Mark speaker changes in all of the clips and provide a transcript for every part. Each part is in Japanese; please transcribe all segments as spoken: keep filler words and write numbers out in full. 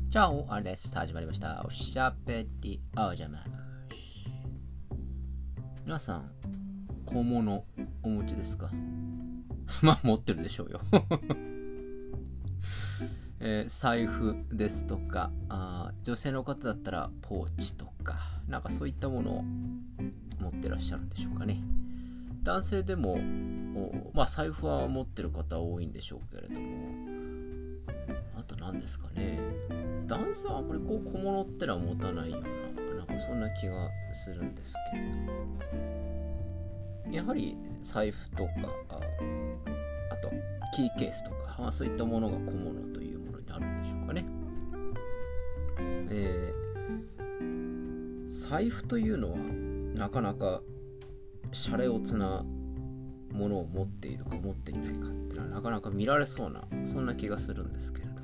Speaker 1: チャオ、あれです。始まりました。おしゃべりおじゃまし。皆さん、小物お持ちですか？まあ、持ってるでしょうよ、えー、財布ですとかあ、女性の方だったらポーチとか、なんかそういったものを持ってらっしゃるんでしょうかね。男性でも、まあ、財布は持ってる方多いんでしょうけれども、あと何ですかね。男性はあんまりこう小物ってのは持たないような、なんかそんな気がするんですけれども、やはり財布とか、あ, あとキーケースとか、まあ、そういったものが小物というものになるんでしょうかね。えー、財布というのはなかなかシャレオツなものを持っているか持っていないかっていうのはなかなか見られそうな、そんな気がするんですけれども、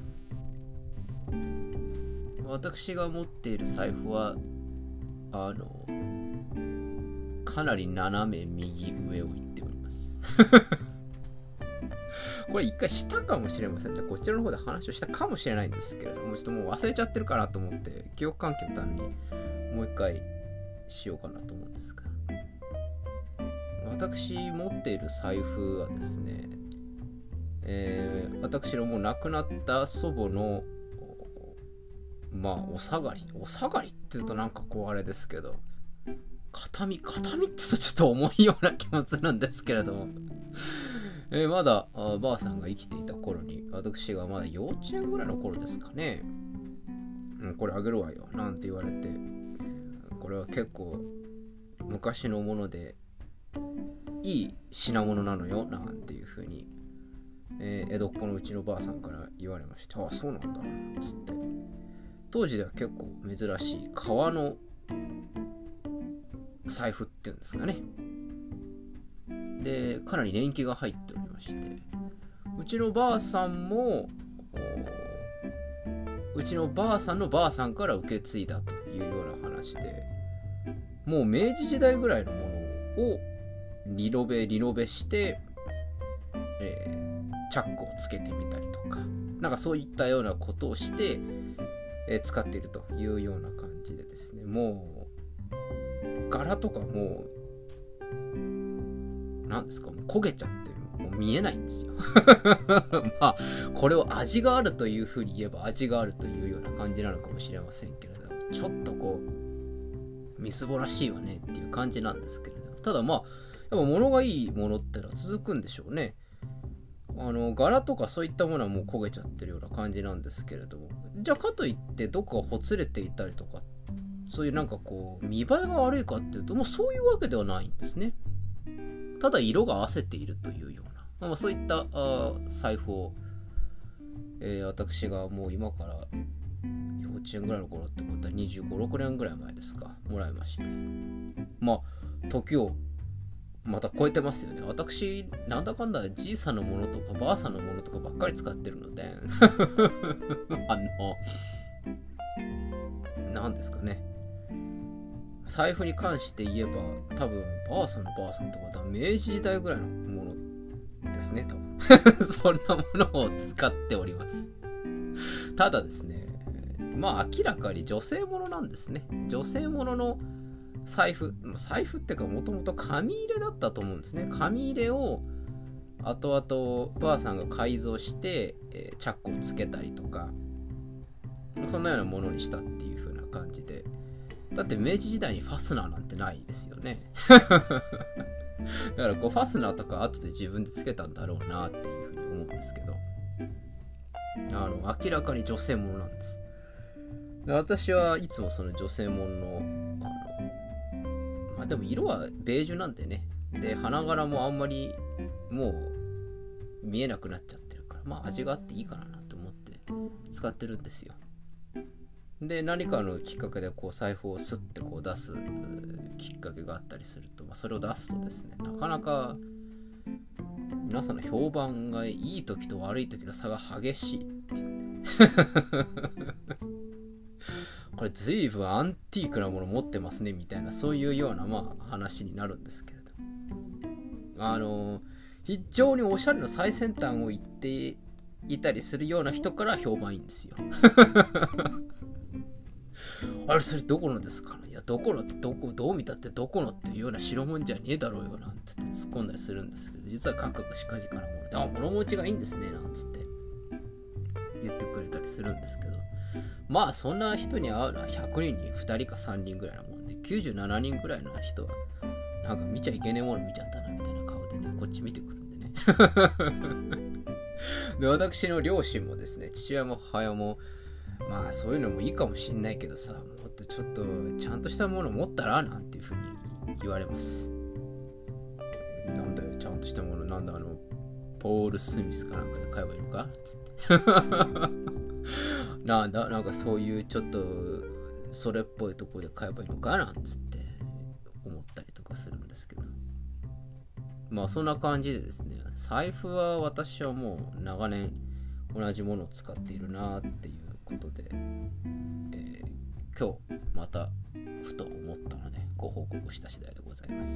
Speaker 1: 私が持っている財布はあのかなり斜め右上を行っておりますこれ一回したかもしれませんね。こちらの方で話をしたかもしれないんですけれども、ちょっともう忘れちゃってるかなと思って記憶関係のためにもう一回しようかなと思うんですが、私持っている財布はですね、えー、私のもう亡くなった祖母のまあお下がりお下がりっていうとなんかこうあれですけど、形見形見ってちょっと重いような気もするんですけれどもえー、まだばあさんが生きていた頃に、私がまだ幼稚園ぐらいの頃ですかね、うん、これあげるわよなんて言われて、これは結構昔のものでいい品物なのよなんていう風に、えー、江戸っ子のうちのばあさんから言われまして、ああそうなんだつって、当時では結構珍しい革の財布っていうんですかね。で、かなり年季が入っておりまして、うちのばあさんもうちのばあさんのばあさんから受け継いだというような話で、もう明治時代ぐらいのものをリノベリノベして、えー、チャックをつけてみたりとか、なんかそういったようなことをして、えー、使っているというような感じでですね、もう柄とかもうなんですか、もう焦げちゃってもう見えないんですよまあこれを味があるというふうに言えば味があるというような感じなのかもしれませんけれども、ちょっとこうみすぼらしいわねっていう感じなんですけれども、ただまあやっぱ物がいいものってのは続くんでしょうね。あの柄とかそういったものはもう焦げちゃってるような感じなんですけれども、じゃあかといってどこかほつれていたりとか、そういうなんかこう見栄えが悪いかっていうと、もうそういうわけではないんですね。ただ色が褪せているというような、まあ、そういったあ財布を、えー、私がもう今から幼稚園ぐらいの頃ってことはにじゅうご、ろくねんぐらい前ですか、もらいまして、まあ時をまた超えてますよね。私なんだかんだじいさんのものとかばあさんのものとかばっかり使ってるのであのなんですかね、財布に関して言えば多分ばあさんのばあさんとかだ明治時代ぐらいのものですね、多分そんなものを使っております。ただですね、まあ明らかに女性ものなんですね。女性ものの財布、財布っていうかもともと紙入れだったと思うんですね。紙入れを後々ばあさんが改造して、えー、チャックをつけたりとか、そんなようなものにしたっていう風な感じで、だって明治時代にファスナーなんてないですよねだからこうファスナーとか後で自分でつけたんだろうなっていう風に思うんですけど、あの明らかに女性ものなんです。で、私はいつもその女性ものの、あのまあでも色はベージュなんでね、で花柄もあんまりもう見えなくなっちゃってるから、まあ味があっていいかなと思って使ってるんですよ。で、何かのきっかけでこう財布をスッてこう出すきっかけがあったりすると、まあ、それを出すとですね、なかなか皆さんの評判がいい時と悪い時の差が激しいって言ってこれ随分アンティークなもの持ってますねみたいな、そういうようなまあ話になるんですけれど、あの非常におしゃれの最先端を行っていたりするような人から評判いいんですよ。あれそれどこのですか、いやどこのってどこどう見たってどこのっていうような代物じゃねえだろうよなんつって突っ込んだりするんですけど、実はカクカクしかじかなもので、あ物持ちがいいんですねなんつって言ってくれたりするんですけど、まあそんな人に会うのはひゃくにんにふたりかさんにんぐらいなもんで、きゅうじゅうななにんぐらいの人はなんか見ちゃいけねえもの見ちゃったなみたいな顔でねこっち見てくるんでね。で私の両親もですね、父親も母親もまあそういうのもいいかもしんないけどさ、もっとちょっとちゃんとしたもの持ったらなんていう風に言われます。なんだよちゃんとしたもの、なんだあのポール・スミスかなんかで買えばいいのかつってなんだなんかそういうちょっとそれっぽいところで買えばいいのかなんつって思ったりとかするんですけど、まあそんな感じでですね、財布は私はもう長年同じものを使っているなっていうことで、えー、今日またふと思ったのでご報告した次第でございます。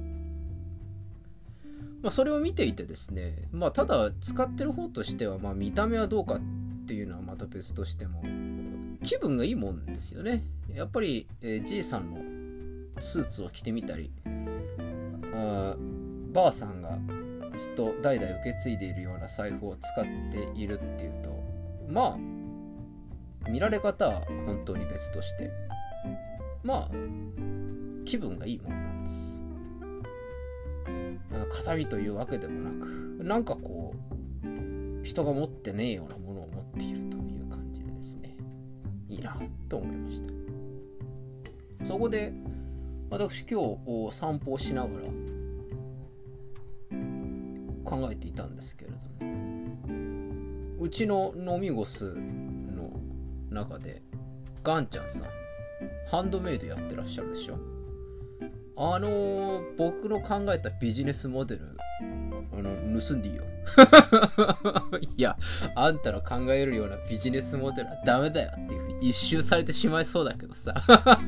Speaker 1: まあ、それを見ていてですね、まあ、ただ使ってる方としては、まあ、見た目はどうかっていうのはまた別としても気分がいいもんですよね。やっぱり、えー、じいさんのスーツを着てみたり、あばあさんがずっと代々受け継いでいるような財布を使っているっていうと、まあ見られ方は本当に別としてまあ気分がいいものなんです。形見というわけでもなく、なんかこう人が持ってねえようなものを持っているという感じでですね、いいなと思いました。そこで私今日散歩をしながら考えていたんですけれども、うちの飲みゴスの中でガンちゃんさんハンドメイドやってらっしゃるでしょ。あのー、僕の考えたビジネスモデルあの盗んでいいよ。いやあんたの考えるようなビジネスモデルはダメだよっていう風に一周されてしまいそうだけどさ。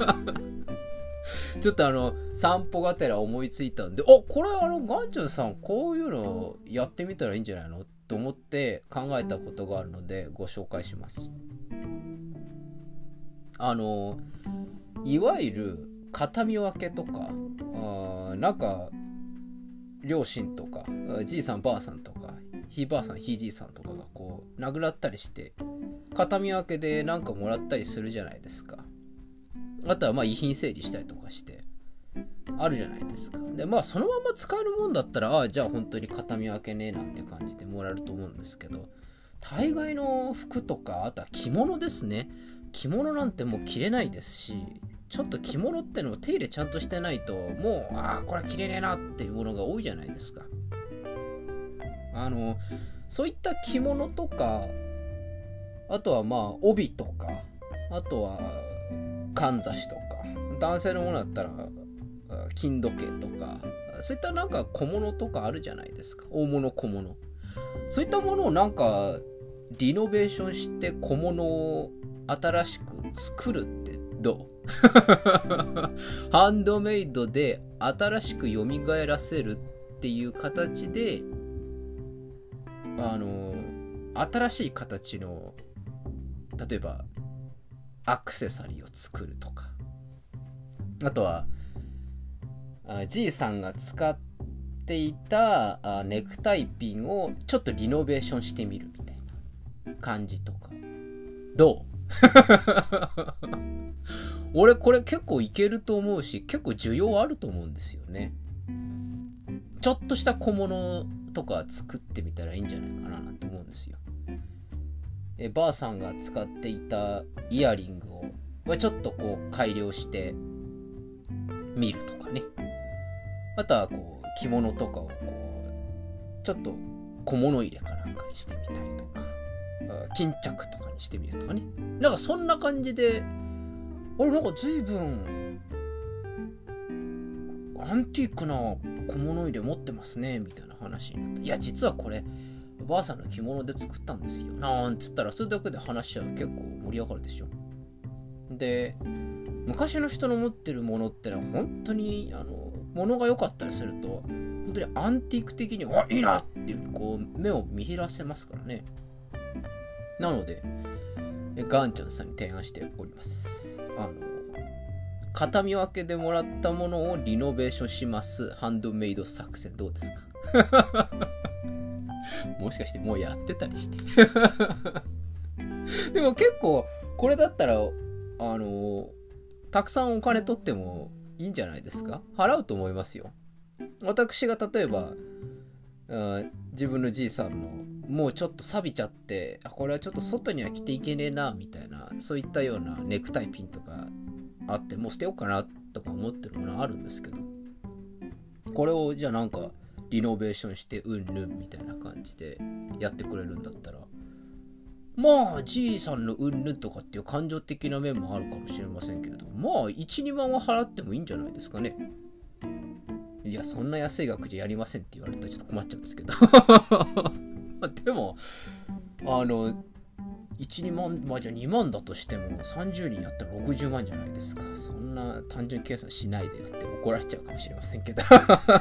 Speaker 1: ちょっとあの散歩がてら思いついたんで、あこれあのガンちゃんさんこういうのやってみたらいいんじゃないのと思って考えたことがあるのでご紹介します。あのいわゆる形見分けとか、あなんか両親とかじいさんばあさんとかひいばあさんひいじいさんとかがこう殴らったりして形見分けでなんかもらったりするじゃないですか。あとはまあ遺品整理したりとかしてあるじゃないですか。でまあそのまま使えるもんだったら、ああじゃあ本当に形見分けねえなんて感じでもらえると思うんですけど、大概の服とかあとは着物ですね。着物なんてもう着れないですし、ちょっと着物ってのを手入れちゃんとしてないともうああこれ着れねえなっていうものが多いじゃないですか。あのそういった着物とか、あとはまあ帯とか、あとはかんざしとか、男性のものだったら金時計とか、そういったなんか小物とかあるじゃないですか。大物小物、そういったものをなんかリノベーションして小物を新しく作るってどう？ハンドメイドで新しく蘇らせるっていう形で、あの新しい形の例えばアクセサリーを作るとか、あとはあじいさんが使っていたあネクタイピンをちょっとリノベーションしてみるみたいな感じとかどう？俺これ結構いけると思うし、結構需要あると思うんですよね。ちょっとした小物とか作ってみたらいいんじゃないかななんて思うんですよ。えばあさんが使っていたイヤリングをちょっとこう改良してみるとかね。あとはこう着物とかをこうちょっと小物入れかなんかにしてみたりとか、巾着とかにしてみるとかね。なんかそんな感じで、あれなんか随分アンティークな小物入れ持ってますねみたいな話になって、いや実はこればあさんの着物で作ったんですよなんつったら、それだけで話は結構盛り上がるでしょ。で昔の人の持ってるものってのは本当にあの物が良かったりすると、 本当にアンティーク的に、わ、いいなっていう、こう、目を見開せますからね。なので、ガンちゃんさんに提案しております。あの、形見分けでもらったものをリノベーションします。ハンドメイド作戦どうですか？もしかしてもうやってたりして。でも結構、これだったら、あの、たくさんお金取ってもいいんじゃないですか？払うと思いますよ。私が例えば、うん、自分のじいさんのもうちょっと錆びちゃって、あ、これはちょっと外には着ていけねえなみたいな、そういったようなネクタイピンとかあって、もう捨てようかなとか思ってるものあるんですけど、これをじゃあなんかリノベーションしてうんぬんみたいな感じでやってくれるんだったら、まあじいさんのうんぬんとかっていう感情的な面もあるかもしれませんけれど、まあいち、にまんは払ってもいいんじゃないですかね。いや、そんな安い額じゃやりませんって言われたらちょっと困っちゃうんですけど。でも、あの、いち、にまん、まあじゃあにまんだとしてもさんじゅうにんやったらろくじゅうまんじゃないですか。そんな単純計算しないでよって怒られちゃうかもしれませんけど。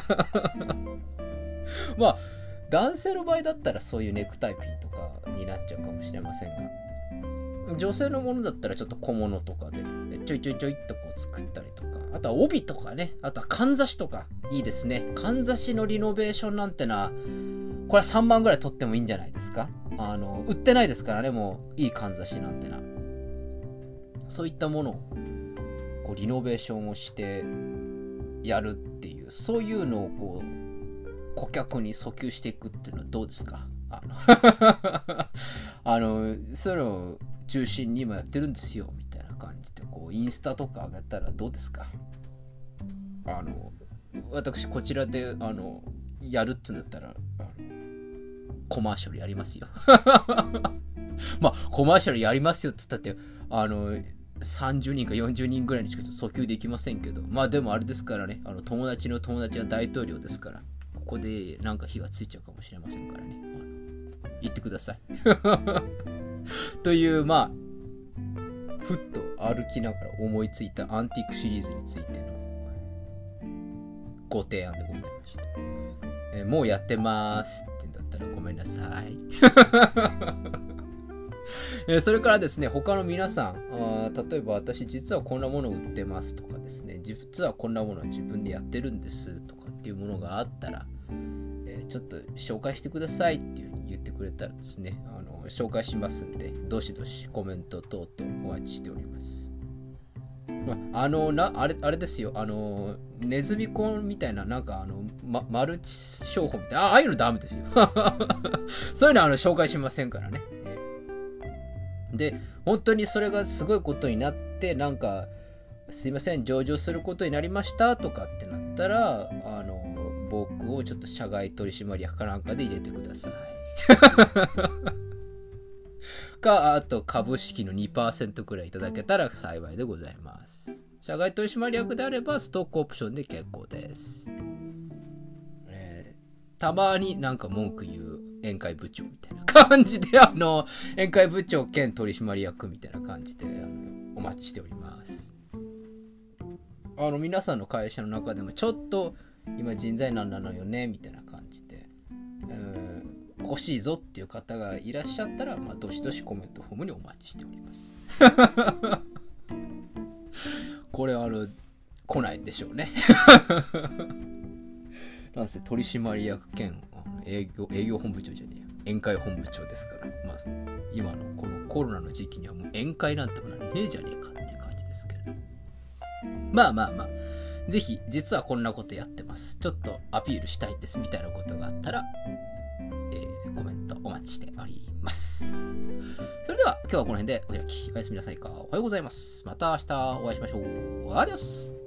Speaker 1: まあ、男性の場合だったらそういうネクタイピンとかになっちゃうかもしれませんが、女性のものだったらちょっと小物とかでちょいちょいちょいっとこう作ったりとか、あとは帯とかね、あとはかんざしとかいいですね。かんざしのリノベーションなんてのはこれはさんまんぐらい取ってもいいんじゃないですか。あの売ってないですからね、もういいかんざしなんてな。そういったものをこうリノベーションをしてやるっていう、そういうのをこう顧客に訴求していくっていうのはどうですか。あのあのそういうのを中心に今やってるんですよみたいな感じでこうインスタとか上げたらどうですか。あの私こちらであのやるっつうんだったらあのコマーシャルやりますよ。まあコマーシャルやりますよっつったってあのさんじゅうにんかよんじゅうにんぐらいにしか訴求できませんけど、まあでもあれですからね、あの友達の友達は大統領ですから、ここでなんか火がついちゃうかもしれませんからね。あの言ってください。というまあふっと歩きながら思いついたアンティークシリーズについてのご提案でございました。えー、もうやってますって言うんだったらごめんなさい。えー、それからですね、他の皆さん、あ例えば私実はこんなものを売ってますとかですね、実はこんなものを自分でやってるんですとかっていうものがあったら、えー、ちょっと紹介してくださいっていう風に言ってくれたらですね、あの紹介しますんで、どしどしコメント等々お待ちしております。まあのなあれあれですよ、あのネズミコンみたいななんかあの、ま、マルチ商法みたいな あ, ああいうのダメですよ。そういうのはあの紹介しませんからね。で本当にそれがすごいことになってなんかすいません上場することになりましたとかってなったらあの僕をちょっと社外取締役かなんかで入れてください。かあと株式の にパーセント くらいいただけたら幸いでございます。社外取締役であればストックオプションで結構です。えー、たまになんか文句言う宴会部長みたいな感じであの宴会部長兼取締役みたいな感じであのお待ちしております。あの皆さんの会社の中でもちょっと今人材難なのよねみたいな感じで、えー、欲しいぞっていう方がいらっしゃったら、まあ、どしどしコメントフォームにお待ちしております。これあの来ないでしょうね。なんせ取締役兼営業、営業本部長じゃねえや宴会本部長ですから、まあ、今のこのコロナの時期にはもう宴会なんてものはねえじゃねえかっていう感じですけれど、まあまあまあぜひ実はこんなことやってます、ちょっとアピールしたいんですみたいなことがあったら、えー、コメントお待ちしております。それでは今日はこの辺でお開き、おやすみなさいか、おはようございます。また明日お会いしましょう。アディオス。